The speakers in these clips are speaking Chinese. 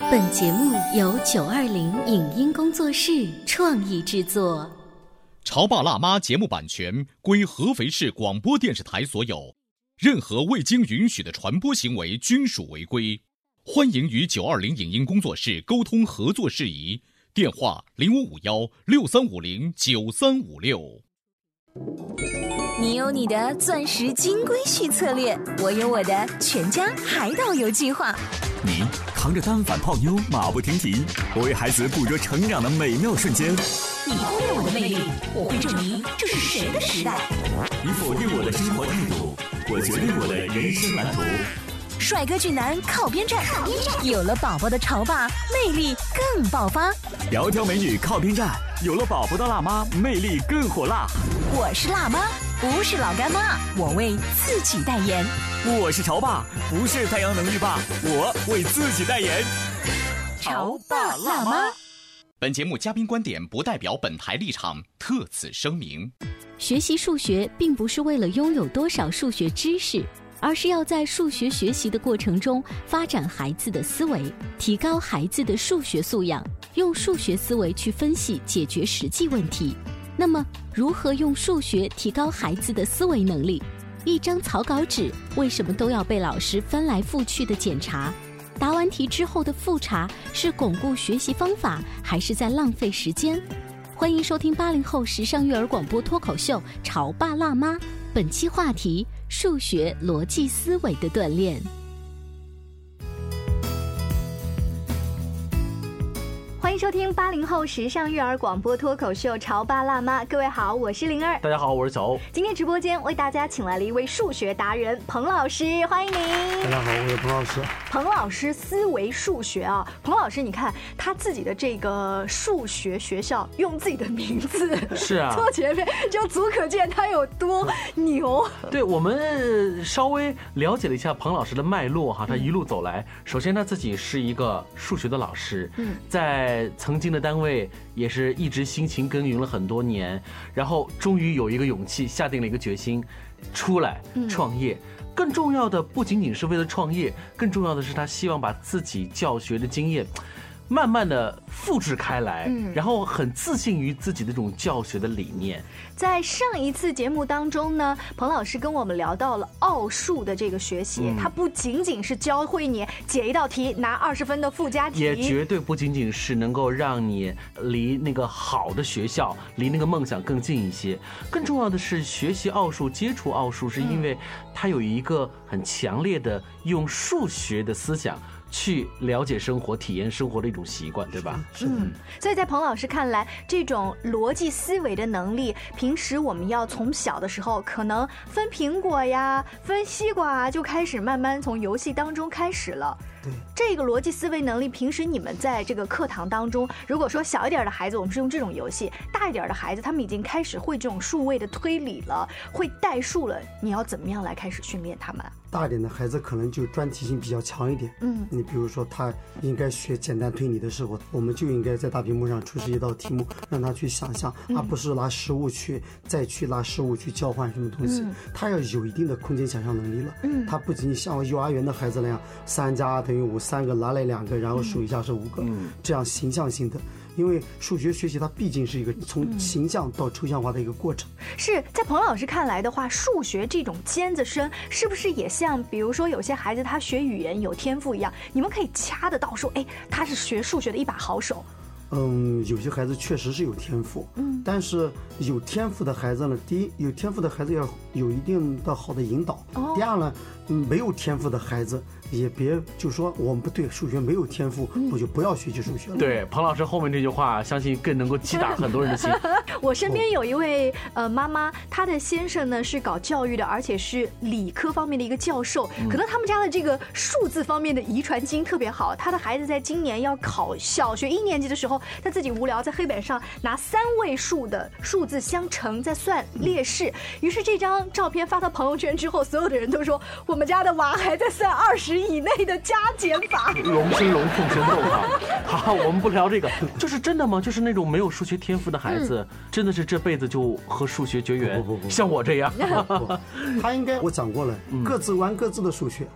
本节目由920影音工作室创意制作。 潮爸辣妈节目版权归合肥市广播电视台所有，任何未经允许的传播行为均属违规。欢迎与920影音工作室沟通合作事宜，电话055163509356。 你有你的钻石金龟婿策略，我有我的全家海岛游计划。 你扛着单反泡妞马不停蹄，我为孩子捕捉成长的美妙瞬间。 你忽略我的魅力，我会证明这是谁的时代。 你否定我的生活态度，我决定我的人生蓝图。 帅哥俊男靠边站，有了宝宝的潮爸魅力更爆发。 窈窕美女靠边站，有了宝宝的辣妈魅力更火辣。 我是辣妈，不是老干妈，我为自己代言。 我是潮爸，不是太阳能浴霸，我为自己代言。 潮爸辣妈。 本节目嘉宾观点不代表本台立场，特此声明。 学习数学并不是为了拥有多少数学知识，而是要在数学学习的过程中发展孩子的思维，提高孩子的数学素养，用数学思维去分析解决实际问题。那么如何用数学提高孩子的思维能力？一张草稿纸为什么都要被老师翻来覆去的检查？答完题之后的复查是巩固学习方法，还是在浪费时间？欢迎收听80后时尚育儿广播脱口秀《潮爸辣妈》，本期话题：数学逻辑思维的锻炼。 欢迎收听80后时尚育儿广播脱口秀《潮爸辣妈》，各位好，我是灵儿。 大家好，我是小欧。 今天直播间为大家请来了一位数学达人彭老师，欢迎您。 大家好，我是彭老师。 彭老师思维数学啊，彭老师，你看他自己的这个数学学校用自己的名字是啊做前面，就足可见他有多牛。 对，我们稍微了解了一下彭老师的脉络哈，他一路走来，首先他自己是一个数学的老师，在曾经的单位也是一直辛勤耕耘了很多年，然后终于有一个勇气，下定了一个决心，出来创业。更重要的不仅仅是为了创业，更重要的是他希望把自己教学的经验慢慢的复制开来，然后很自信于自己的这种教学的理念。 在上一次节目当中呢，彭老师跟我们聊到了奥数的这个学习，它不仅仅是教会你解一道题拿20分的附加题， 也绝对不仅仅是能够让你离那个好的学校，离那个梦想更近一些。更重要的是，学习奥数、接触奥数，是因为它有一个很强烈的用数学的思想去了解生活、体验生活的一种习惯，对吧？ 所以在彭老师看来，这种逻辑思维的能力，平时我们要从小的时候，可能分苹果呀、分西瓜啊，就开始慢慢从游戏当中开始了。对，这个逻辑思维能力，平时你们在这个课堂当中，如果说小一点的孩子，我们是用这种游戏；大一点的孩子，他们已经开始会这种数位的推理了，会代数了，你要怎么样来开始训练他们？ 大一点的孩子可能就专题性比较强一点，你比如说他应该学简单推理的时候，我们就应该在大屏幕上出示一道题目，让他去想象，而不是拿实物再去拿实物去交换什么东西。他要有一定的空间想象能力了，他不仅像幼儿园的孩子那样3+等于5，三个拿来2个，然后数一下是5个，这样形象性的。因为数学学习它毕竟是一个从形象到抽象化的一个过程。 是在彭老师看来的话，数学这种尖子生是不是也像比如说有些孩子他学语言有天赋一样，你们可以掐得到说，他是学数学的一把好手？ 有些孩子确实是有天赋，但是有天赋的孩子呢，第一，有天赋的孩子要有一定的好的引导，第二呢，没有天赋的孩子也别就说我们不对数学没有天赋，我就不要学习数学了。 对，彭老师后面这句话，相信更能够击打很多人的心。 我身边有一位妈妈，她的先生呢是搞教育的，而且是理科方面的一个教授，可能他们家的这个数字方面的遗传基因特别好。他的孩子在今年要考小学1年级的时候，他自己无聊在黑板上拿3位数的数字相乘，再算列式。于是这张照片发到朋友圈之后，所有的人都说我们家的娃还在算20以内的加减法。 龙生龙，凤生凤啊！好，我们不聊这个，就是真的吗？就是那种没有数学天赋的孩子，真的是这辈子就和数学绝缘？不，像我这样。 他应该我讲过了，各自玩各自的数学。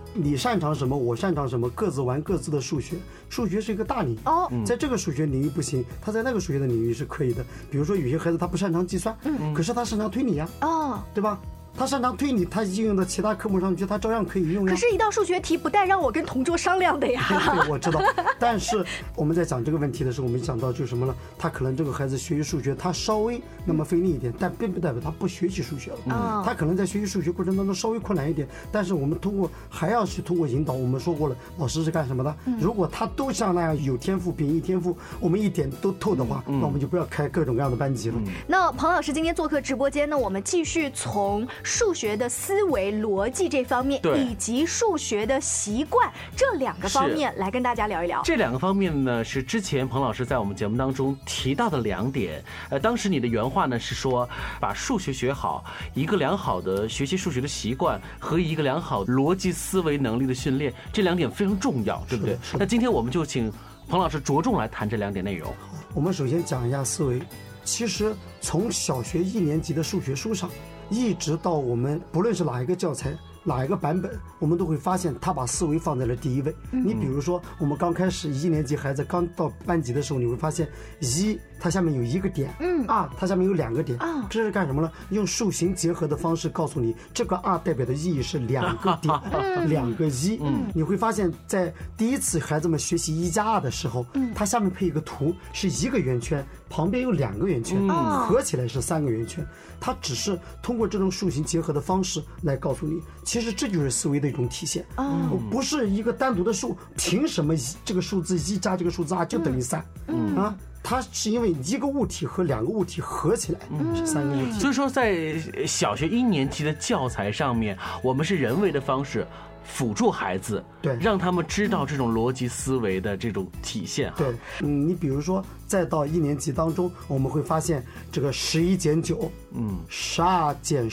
你擅长什么，我擅长什么，各自玩各自的数学。数学是一个大领域哦，在这个数学领域不行，他在那个数学的领域是可以的。比如说有些孩子他不擅长计算，可是他擅长推理啊，哦，对吧？他擅长推理，他应用到其他科目上去，他照样可以用呀。 可是，一道数学题不带让我跟同桌商量的呀。 对，我知道。但是我们在讲这个问题的时候，我们讲到就是什么呢？他可能这个孩子学习数学，他稍微那么费力一点，但并不代表他不学习数学了。他可能在学习数学过程当中稍微困难一点，但是我们还要去通过引导。我们说过了，老师是干什么的？如果他都像那样有天赋、秉异天赋，我们一点都透的话，那我们就不要开各种各样的班级了。 那彭老师今天做客直播间呢，我们继续从数学的思维逻辑这方面，以及数学的习惯这两个方面来跟大家聊一聊。 这两个方面呢，是之前彭老师在我们节目当中提到的2点。当时你的原话呢是说，把数学学好，一个良好的学习数学的习惯和一个良好逻辑思维能力的训练，这2点非常重要，对不对？那今天我们就请彭老师着重来谈这2点内容。 我们首先讲一下思维。其实从小学1年级的数学书上，一直到我们不论是哪一个教材哪一个版本，我们都会发现他把思维放在了第一位。你比如说我们刚开始1年级孩子刚到班级的时候，你会发现1它下面有1个点，2它下面有2个点，这是干什么呢？用数形结合的方式告诉你，这个2代表的意义是2个点，2个1。你会发现在第一次孩子们学习1加2的时候，它下面配一个图，是1个圆圈，旁边有2个圆圈，合起来是3个圆圈。它只是通过这种数形结合的方式来告诉你，其实这就是思维的一种体现。不是一个单独的数，凭什么这个数字1加这个数字2就等于3？它是因为1个物体和2个物体合起来是3个物体。 所以说，在小学1年级的教材上面，我们是人为的方式辅助孩子， 对， 让他们知道这种逻辑思维的这种体现。 对，你比如说，再到1年级当中，我们会发现这个11减9，12减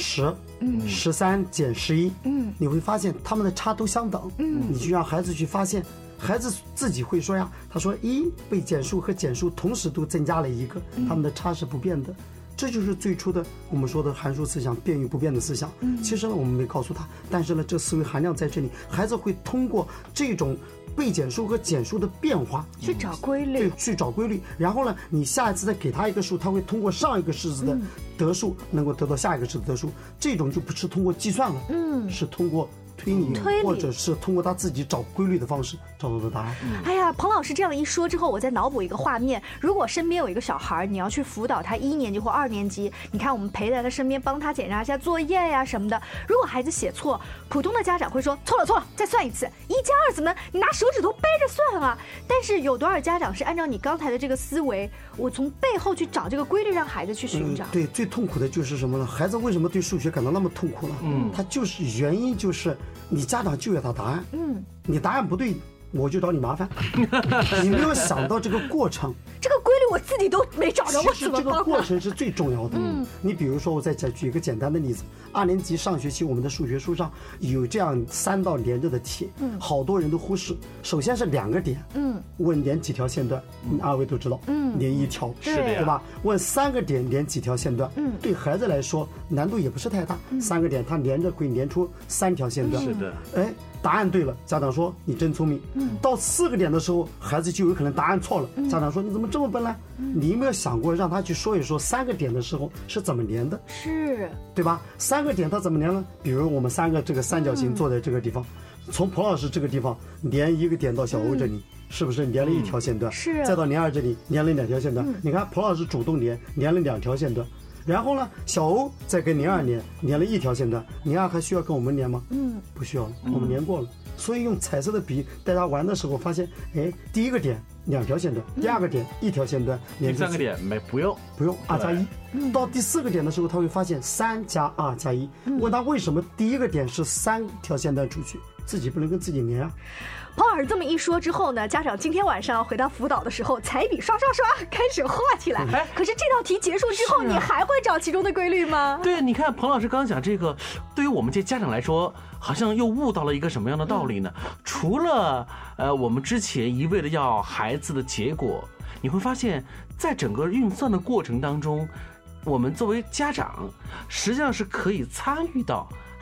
10。13减11，你会发现他们的差都相等。你就让孩子去发现，孩子自己会说呀，他说1被减数和减数同时都增加了1个，他们的差是不变的。这就是最初的我们说的函数思想，变与不变的思想。其实呢，我们没告诉他，但是呢，这思维含量在这里，孩子会通过这种被减数和减数的变化去找规律， 对，去找规律。然后呢，你下一次再给他一个数，他会通过上一个式子的得数，能够得到下一个式子的得数。这种就不是通过计算了，是通过推理，或者是通过他自己找规律的方式找到的答案。 哎呀，彭老师这样一说之后，我再脑补一个画面：如果身边有一个小孩，你要去辅导他1年级或2年级，你看我们陪在他身边，帮他检查一下作业呀什么的。如果孩子写错，普通的家长会说错了，再算一次，1加2怎么你拿手指头背着算啊？但是有多少家长是按照你刚才的这个思维，我从背后去找这个规律，让孩子去寻找？ 对，最痛苦的就是什么呢？孩子为什么对数学感到那么痛苦呢？他就是原因就是你家长就要他答案，你答案不对，我就找你麻烦。你没有想到这个过程， 这个规律我自己都没找着， 其实这个过程是最重要的。你比如说，我再举一个简单的例子，2年级上学期我们的数学书上有这样3道连着的题，好多人都忽视。首先是2个点，问连几条线段，2位都知道，连1条， 是的， 对吧？问3个点连几条线段，对孩子来说难度也不是太大，3个点它连着会连出3条线段， 是的， 答案对了，家长说你真聪明。到4个点的时候，孩子就有可能答案错了，家长说你怎么这么笨呢？你有没有想过让他去说一说3个点的时候是怎么连的？ 是， 对吧？3个点它怎么连呢？比如我们3个这个三角形坐在这个地方，从彭老师这个地方连1个点到小欧这里，是不是连了1条线段？ 是， 再到连2这里连了2条线段。你看彭老师主动连了2条线段。然后呢，小欧再跟02连了1条线段，02还需要跟我们连吗？不需要了，我们连过了。所以用彩色的笔带他玩的时候，发现，第1个点2条线段，第2个点1条线段， 第3个点不用 2加1。到第4个点的时候，他会发现3加2加1。问他为什么第1个点是3条线段出去，自己不能跟自己连啊？ 彭老师这么一说之后呢，家长今天晚上回到辅导的时候，彩笔刷开始画起来。可是这道题结束之后，你还会找其中的规律吗？ 对，你看彭老师刚刚讲这个，对于我们这家长来说，好像又悟到了一个什么样的道理呢？除了我们之前一味的要孩子的结果，你会发现在整个运算的过程当中，我们作为家长实际上是可以参与到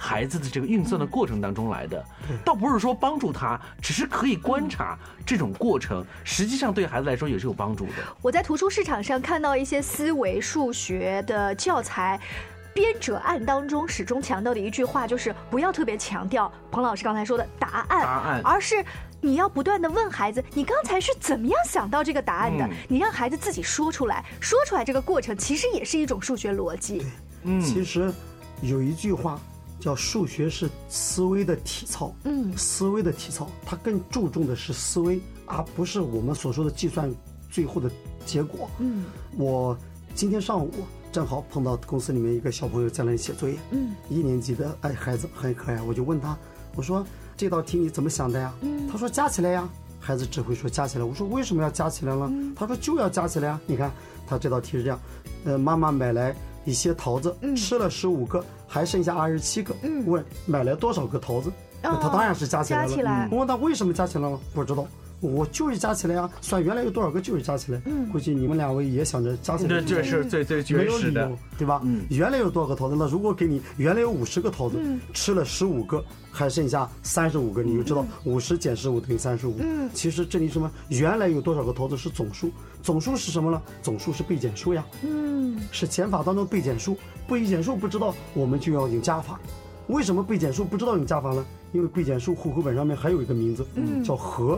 孩子的这个运算的过程当中来的，倒不是说帮助他，只是可以观察这种过程，实际上对孩子来说也是有帮助的。 我在图书市场上看到一些思维数学的教材。编者案当中始终强调的一句话就是不要特别强调彭老师刚才说的答案，而是你要不断的问孩子，你刚才是怎么样想到这个答案的？你让孩子自己说出来，说出来这个过程其实也是一种数学逻辑。 对，其实有一句话叫数学是思维的体操，思维的体操，它更注重的是思维，而不是我们所说的计算最后的结果。我今天上午正好碰到公司里面一个小朋友在那里写作业，1年级的孩子很可爱，我就问他，我说这道题你怎么想的呀？他说加起来呀。孩子只会说加起来。我说为什么要加起来呢？他说就要加起来呀。你看他这道题是这样，妈妈买来一些桃子，吃了15个，还剩下27个。问买来多少个桃子？他当然是加起来了。我问他为什么加起来了？不知道。我就是加起来呀，算原来有多少个就是加起来。估计你们2位也想着加起来。 这是最绝实的， 对吧？原来有多少个桃子？那如果给你原来有50个桃子，吃了15个，还剩下35个，你就知道50减15等于35。其实这里什么？原来有多少个桃子是总数，总数是什么呢？总数是倍减数呀。是减法当中倍减数，倍减数不知道我们就要用加法。为什么倍减数不知道用加法呢？因为倍减数户口本上面还有一个名字，叫和。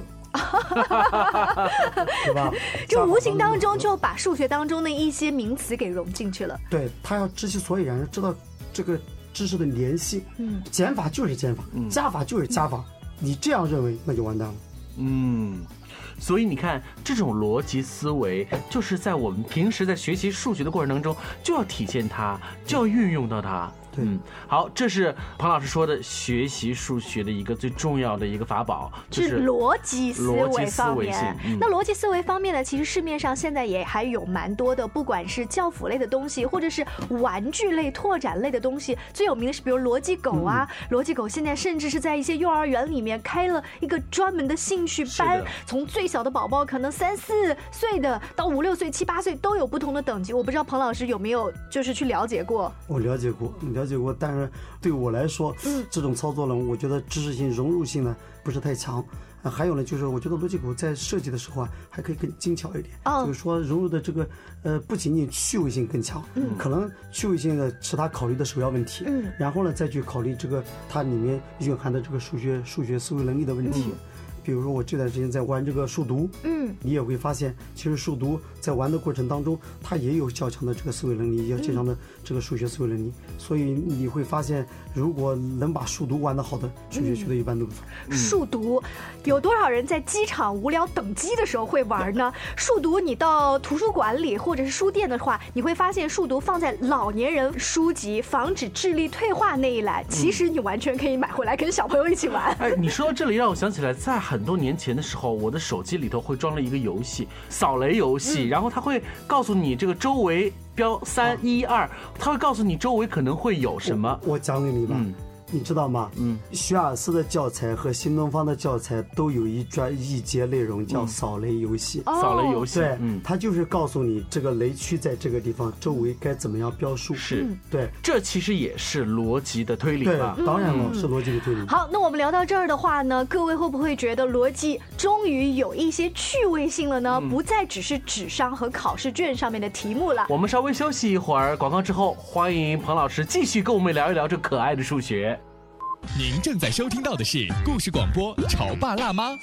对吧？ 就无形当中就把数学当中的一些名词给融进去了。 对，他要知其所以然，知道这个知识的联系。减法就是减法，加法就是加法。你这样认为，那就完蛋了。 所以你看，这种逻辑思维，就是在我们平时在学习数学的过程当中，就要体现它，就要运用到它。好，这是彭老师说的学习数学的一个最重要的一个法宝，就是逻辑思维方面。那逻辑思维方面呢，其实市面上现在也还有蛮多的，不管是教辅类的东西，或者是玩具类、拓展类的东西。最有名的是比如逻辑狗啊，逻辑狗现在甚至是在一些幼儿园里面开了一个专门的兴趣班，从最小的宝宝可能3、4岁的到5、6岁、7、8岁都有不同的等级。我不知道彭老师有没有就是去了解过？ 我了解过，但是对我来说，这种操作呢，我觉得知识性、融入性呢不是太强。还有呢，就是我觉得逻辑狗在设计的时候啊，还可以更精巧一点。就是说融入的这个不仅仅趣味性更强，可能趣味性呢是他考虑的首要问题，然后呢再去考虑这个它里面蕴含的这个数学思维能力的问题。比如说我这段时间在玩这个数独，你也会发现，其实数独在玩的过程当中，它也有较强的这个思维能力，也有较强的这个数学思维能力。所以你会发现，如果能把数独玩得好的，数学学的一般都不错。 数独有多少人在机场无聊等机的时候会玩呢？数独你到图书馆里或者是书店的话，你会发现数独放在老年人书籍防止智力退化那一栏，其实你完全可以买回来跟小朋友一起玩。 你说到这里让我想起来，在很多年前的时候，我的手机里头会装了一个游戏，扫雷游戏，然后它会告诉你这个周围标3、1、2，它会告诉你周围可能会有什么。 我讲给你吧。你知道吗？学而思的教材和新东方的教材都有一节内容叫扫雷游戏。 扫雷游戏， 对，它就是告诉你这个雷区在这个地方，周围该怎么样标数。 是， 对， 这其实也是逻辑的推理吧？ 对，当然了，是逻辑的推理。 好，那我们聊到这儿的话呢，各位会不会觉得逻辑终于有一些趣味性了呢？不再只是纸上和考试卷上面的题目了。 我们稍微休息一会儿，广告之后，欢迎彭老师继续跟我们聊一聊这可爱的数学。 您正在收听到的是故事广播《潮爸辣妈》。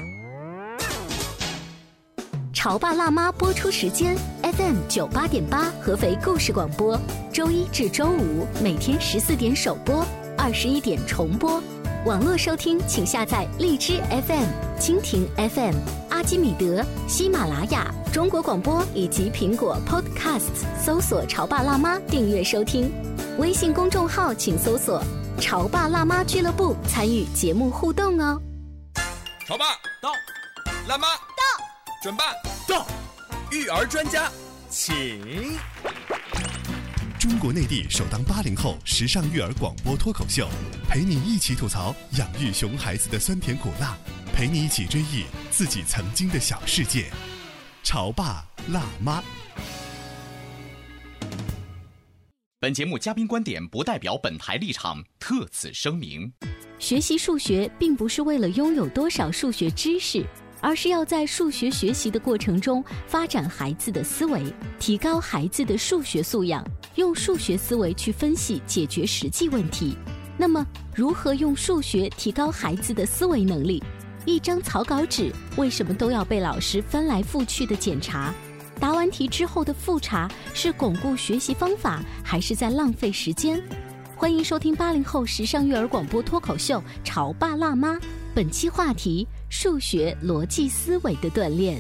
潮爸辣妈播出时间 FM 98.8合肥故事广播，周一至周五每天14点首播，21点重播。网络收听请下载荔枝 FM、蜻蜓 FM、阿基米德、喜马拉雅、中国广播以及苹果 Podcasts， 搜索潮爸辣妈订阅收听。微信公众号请搜索潮爸辣妈俱乐部，参与节目互动哦。 潮爸到，辣妈到，准爸到，育儿专家请。 中国内地首档80后时尚育儿广播脱口秀，陪你一起吐槽养育熊孩子的酸甜苦辣，陪你一起追忆自己曾经的小世界。潮爸辣妈。 本节目嘉宾观点不代表本台立场，特此声明。 学习数学并不是为了拥有多少数学知识，而是要在数学学习的过程中发展孩子的思维，提高孩子的数学素养，用数学思维去分析解决实际问题。那么，如何用数学提高孩子的思维能力？一张草稿纸为什么都要被老师翻来覆去的检查？答完题之后的复查是巩固学习方法，还是在浪费时间？欢迎收听80后时尚育儿广播脱口秀《潮爸辣妈》，本期话题：数学逻辑思维的锻炼。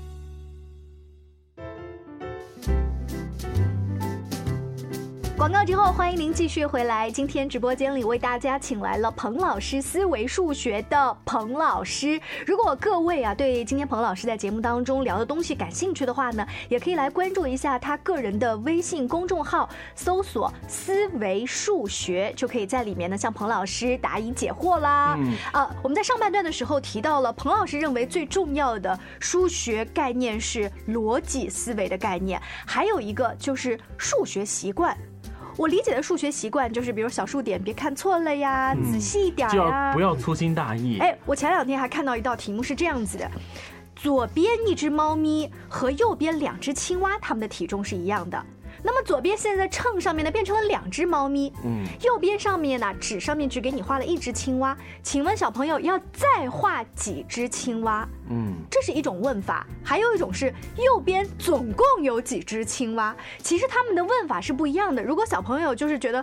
广告之后，欢迎您继续回来。今天直播间里为大家请来了彭老师思维数学的彭老师。如果各位对今天彭老师在节目当中聊的东西感兴趣的话呢，也可以来关注一下他个人的微信公众号，搜索思维数学，就可以在里面呢向彭老师答疑解惑啦。我们在上半段的时候提到了彭老师认为最重要的数学概念是逻辑思维的概念，还有一个就是数学习惯。我理解的数学习惯就是，比如小数点别看错了呀，仔细一点呀， 不要粗心大意。 我前2天还看到一道题目是这样子的：左边一只猫咪和右边2只青蛙，它们的体重是一样的。那么左边现在秤上面呢变成了2只猫咪，右边上面呢纸上面只给你画了1只青蛙，请问小朋友要再画几只青蛙？这是一种问法。还有一种是右边总共有几只青蛙，其实他们的问法是不一样的。如果小朋友就是觉得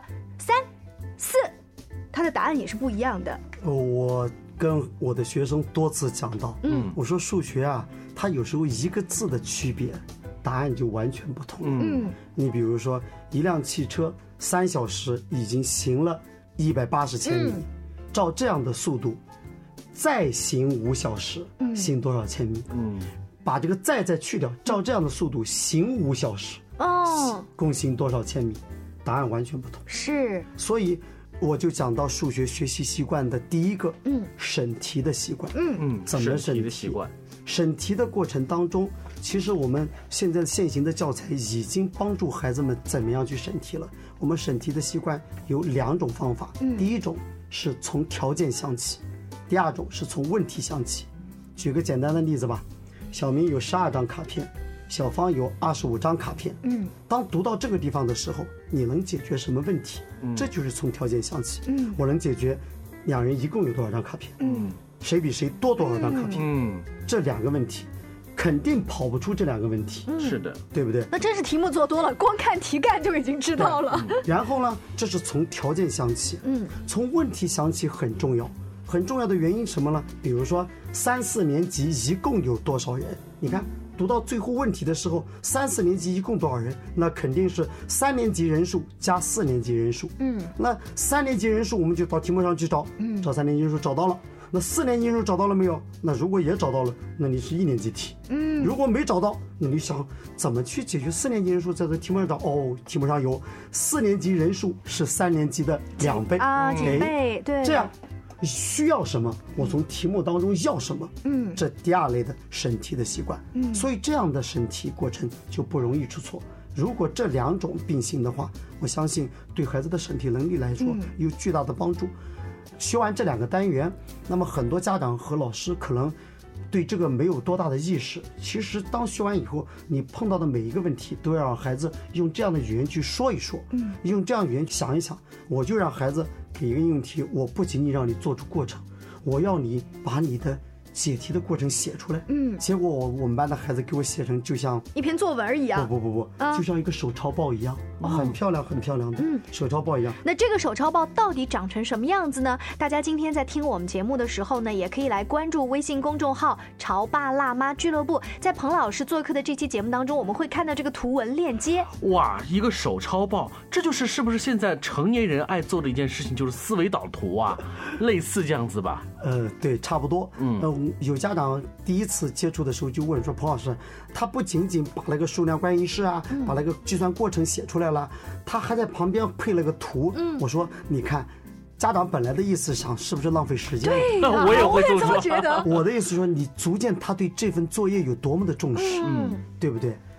3、4，他的答案也是不一样的。 我跟我的学生多次讲到，我说数学它有时候一个字的区别，答案就完全不同。你比如说一辆汽车3小时已经行了180千米，照这样的速度再行5小时，行多少千米？把这个再去掉，照这样的速度行5小时，共行多少千米？答案完全不同。 是， 所以我就讲到数学学习习惯的第一个，审题的习惯。怎么审题的习惯？审题的过程当中，其实我们现在现行的教材已经帮助孩子们怎么样去审题了。我们审题的习惯有2种方法，第一种是从条件想起，第2种是从问题想起。举个简单的例子吧，小明有12张卡片，小芳有25张卡片。当读到这个地方的时候，你能解决什么问题？这就是从条件想起。我能解决2人一共有多少张卡片？谁比谁多多少张卡片？这2个问题肯定跑不出这2个问题。 是的， 对不对？ 那真是题目做多了，光看题干就已经知道了。 然后呢，这是从条件想起。从问题想起很重要。很重要的原因什么呢？比如说3、4年级一共有多少人？你看读到最后问题的时候，3、4年级一共多少人？那肯定是3年级人数加4年级人数。那3年级人数我们就到题目上去找，找3年级人数找到了。那4年级人数找到了没有？那如果也找到了，那你是1年级题。如果没找到，那你想怎么去解决4年级人数？在这题目上找，题目上有4年级人数是3年级的2倍几倍，对， 这样需要什么，我从题目当中要什么，这第2类的审题的习惯。所以这样的审题过程就不容易出错。如果这2种并行的话，我相信对孩子的审题能力来说有巨大的帮助。学完这2个单元，那么很多家长和老师可能对这个没有多大的意识。其实当学完以后，你碰到的每一个问题都要让孩子用这样的语言去说一说，用这样语言想一想。我就让孩子给一个应用题，我不仅仅让你做出过程，我要你把你的解题的过程写出来。结果我们班的孩子给我写成就像一篇作文一样。 不，就像一个手抄报一样，很漂亮很漂亮的手抄报一样。 那这个手抄报到底长成什么样子呢？大家今天在听我们节目的时候呢，也可以来关注微信公众号潮爸辣妈俱乐部。在彭老师做客的这期节目当中，我们会看到这个图文链接。 哇，一个手抄报，这就是是不是现在成年人爱做的一件事情，就是思维导图啊，类似这样子吧？ 对，差不多。有家长第一次接触的时候就问说，彭老师，他不仅仅把那个数量关系式把那个计算过程写出来了，他还在旁边配了个图。我说你看，家长本来的意思想是不是浪费时间？ 对， 我也会这么觉得。 我的意思说，你足见他对这份作业有多么的重视，对不对？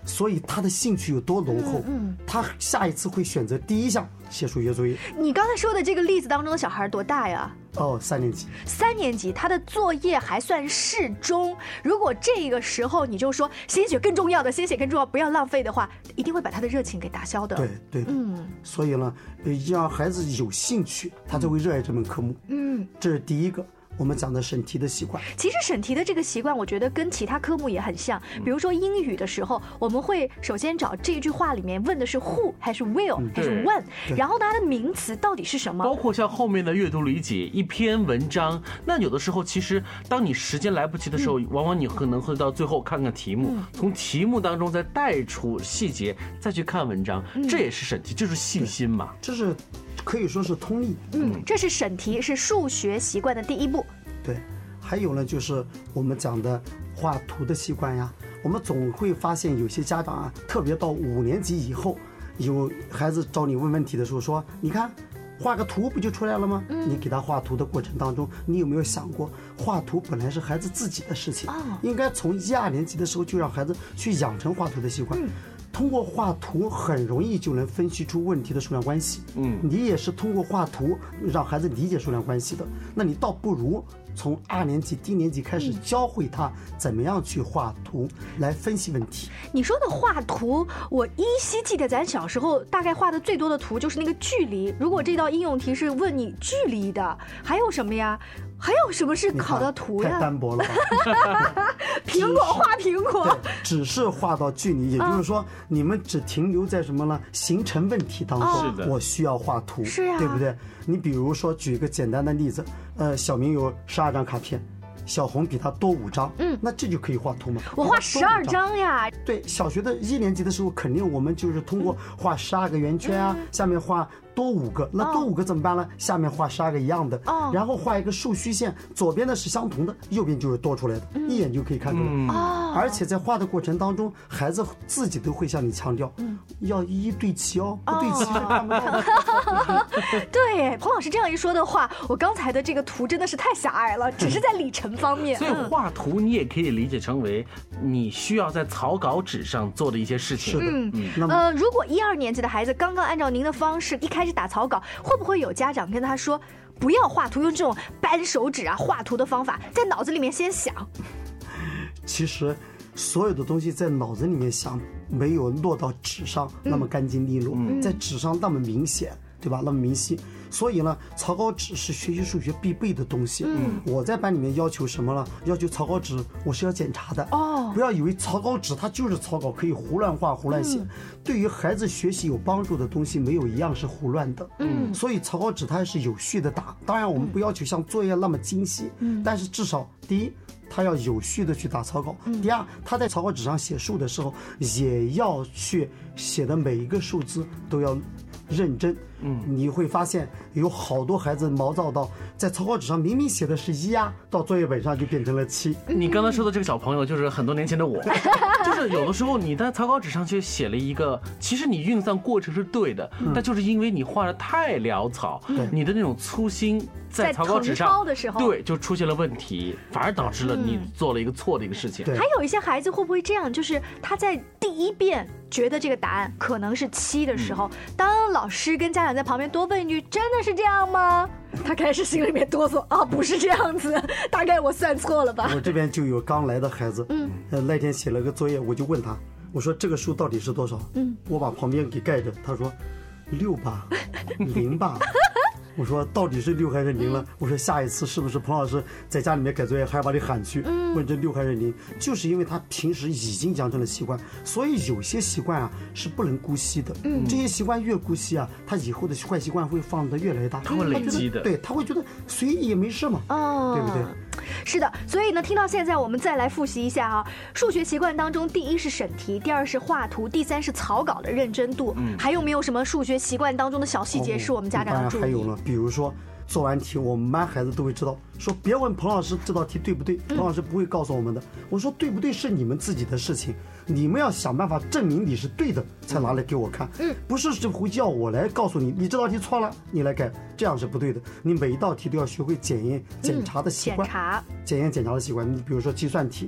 所以他的兴趣有多浓厚，他下一次会选择第一项写数学作业。 你刚才说的这个例子当中的小孩多大呀 ？3年级。 3年级，他的作业还算适中。如果这个时候你就说先写更重要的，先写更重要，不要浪费的话，一定会把他的热情给打消的。 对，所以呢，让孩子有兴趣，他就会热爱这门科目。这是第一个。我们讲的审题的习惯， 其实审题的这个习惯，我觉得跟其他科目也很像。比如说英语的时候，我们会首先找这句话里面问的是 who 还是 will 还是 when，然后它的名词到底是什么？ 包括像后面的阅读理解一篇文章，那有的时候其实当你时间来不及的时候，往往你可能会到最后看看题目，从题目当中再带出细节，再去看文章，这也是审题，就是细心嘛。 这是可以说是通例。 这是审题，是数学习惯的第一步。 对，还有呢，就是我们讲的画图的习惯呀。我们总会发现有些家长啊，特别到5年级以后，有孩子找你问问题的时候说：“你看，画个图不就出来了吗？”你给他画图的过程当中，你有没有想过，画图本来是孩子自己的事情，应该从1、2年级的时候就让孩子去养成画图的习惯。通过画图很容易就能分析出问题的数量关系。你也是通过画图让孩子理解数量关系的。那你倒不如从2年级、低年级开始教会他怎么样去画图来分析问题。 你说的画图，我依稀记得咱小时候大概画的最多的图就是那个距离。如果这道应用题是问你距离的，还有什么呀？还有什么是考到图呀？ 太单薄了吧。 苹果画苹果， 只是画到距离，也就是说，你们只停留在什么呢？形成问题当中。我需要画图， 是呀， 对不对？你比如说，举一个简单的例子，小明有12张卡片，小红比他多5张，那这就可以画图吗？ 我画12张呀。 对，小学的1年级的时候，肯定我们就是通过画12个圆圈啊，下面画多5个，那多5个怎么办呢？下面画12个一样的，然后画一个竖虚线，左边的是相同的，右边就是多出来的，一眼就可以看出来。而且在画的过程当中，孩子自己都会向你强调，要一一对齐哦，不对齐是看不到的。 对，彭老师这样一说的话，我刚才的这个图真的是太狭隘了，只是在里程方面。 所以画图你也可以理解成为你需要在草稿纸上做的一些事情。 如果1、2年级的孩子刚刚按照您的方式一开始打草稿，会不会有家长跟他说不要画图，用这种扳手指啊画图的方法，在脑子里面先想？ 其实所有的东西在脑子里面想，没有落到纸上那么干净利落，在纸上那么明显，对吧？那么明晰。所以呢，草稿纸是学习数学必备的东西。我在班里面要求什么了？要求草稿纸我是要检查的。不要以为草稿纸它就是草稿，可以胡乱画胡乱写。对于孩子学习有帮助的东西，没有一样是胡乱的。所以草稿纸它是有序的打。当然我们不要求像作业那么精细，但是至少第一，他要有序的去打草稿。第二，他在草稿纸上写数的时候，也要去写的每一个数字都要认真。你会发现有好多孩子毛躁到在草稿纸上明明写的是1啊，到作业本上就变成了7。 你刚才说的这个小朋友就是很多年前的我，就是有的时候你在草稿纸上去写了一个，其实你运算过程是对的，但就是因为你画的太潦草，你的那种粗心在草稿纸上的时候， 对，就出现了问题，反而导致了你做了一个错的一个事情。 还有一些孩子会不会这样，就是他在第一遍觉得这个答案可能是7的时候，当老师跟家长在旁边多问一句真的是这样吗，他开始心里面哆嗦啊，不是这样子，大概我算错了吧。 我这边就有刚来的孩子，那天写了个作业，我就问他，我说这个数到底是多少？我把旁边给盖着，他说6吧，0吧。我说到底是6还是0了？我说下一次是不是彭老师在家里面改作业还要把你喊去问这6还是0？就是因为他平时已经养成了习惯，所以有些习惯啊是不能姑息的。这些习惯越姑息啊，他以后的坏习惯会放得越来越大， 他会累积的。 对，他会觉得随意也没事嘛，对不对？ 是的，所以呢，听到现在我们再来复习一下啊，数学习惯当中，第一是审题，第二是画图，第三是草稿的认真度。还有没有什么数学习惯当中的小细节是我们家长要注意？ 还有呢，比如说做完题，我们班孩子都会知道，说别问彭老师这道题对不对，彭老师不会告诉我们的。我说对不对是你们自己的事情，你们要想办法证明你是对的，才拿来给我看。不是回叫我来告诉你，你这道题错了，你来改，这样是不对的。你每一道题都要学会检验检查的习惯，检验检查的习惯。你比如说计算题，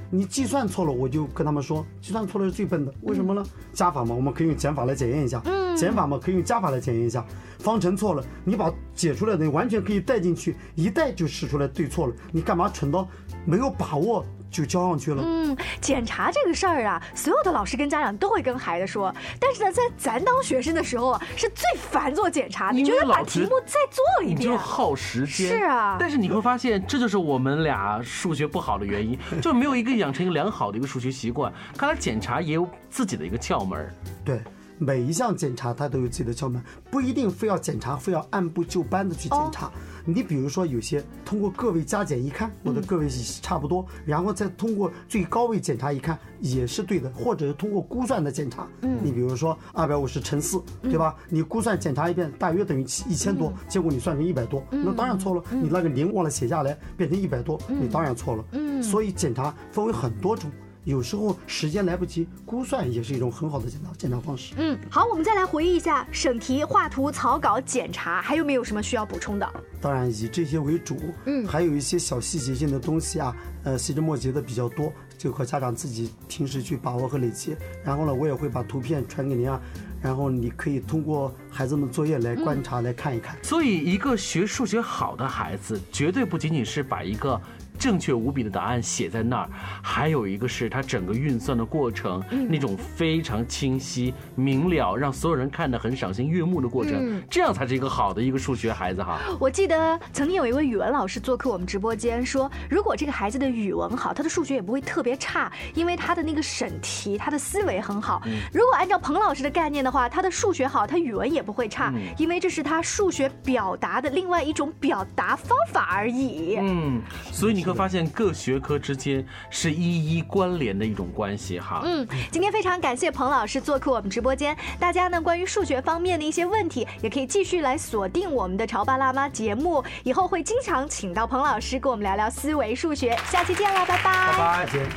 你计算错了，我就跟他们说，计算错了是最笨的。为什么呢？加法嘛，我们可以用减法来检验一下；减法嘛，可以用加法来检验一下。方程错了，你把解出来的完全可以带进去，一带就试出来对错了。你干嘛蠢到没有把握就交上去了？ 检查这个事儿啊，所有的老师跟家长都会跟孩子说，但是呢，在咱当学生的时候啊，是最烦做检查的，觉得把题目再做一遍， 你就耗时间。 是啊， 但是你会发现，这就是我们俩数学不好的原因，就没有一个养成一个良好的一个数学习惯。看来检查也有自己的一个窍门。 对。每一项检查它都有自己的窍门，不一定非要检查，非要按部就班的去检查。你比如说有些通过个位加减一看，我的个位差不多，然后再通过最高位检查一看也是对的，或者是通过估算的检查。你比如说250乘4，对吧？你估算检查一遍大约等于1000多，结果你算成100多，那当然错了。你那个0忘了写下来，变成100多，你当然错了。所以检查分为很多种。有时候时间来不及，估算也是一种很好的检查方式。 好，我们再来回忆一下审题、画图、草稿、检查，还有没有什么需要补充的？ 当然以这些为主，还有一些小细节性的东西啊，细枝末节的比较多，就靠家长自己平时去把握和累积。然后呢，我也会把图片传给您啊，然后你可以通过孩子们作业来观察、来看一看。 所以，一个学数学好的孩子，绝对不仅仅是把一个正确无比的答案写在那儿，还有一个是他整个运算的过程，那种非常清晰明了，让所有人看得很赏心悦目的过程，这样才是一个好的一个数学孩子哈。 我记得曾经有一位语文老师做客我们直播间，说如果这个孩子的语文好，他的数学也不会特别差，因为他的那个审题，他的思维很好。如果按照彭老师的概念的话，他的数学好，他语文也不会差，因为这是他数学表达的另外一种表达方法而已。 所以你会发现各学科之间是一一关联的一种关系哈。 今天非常感谢彭老师做客我们直播间，大家呢关于数学方面的一些问题，也可以继续来锁定我们的潮爸辣妈节目，以后会经常请到彭老师跟我们聊聊思维数学。下期见啦，拜拜。 拜拜。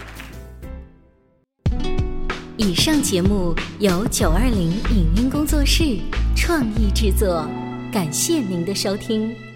以上节目由920影音工作室创意制作，感谢您的收听。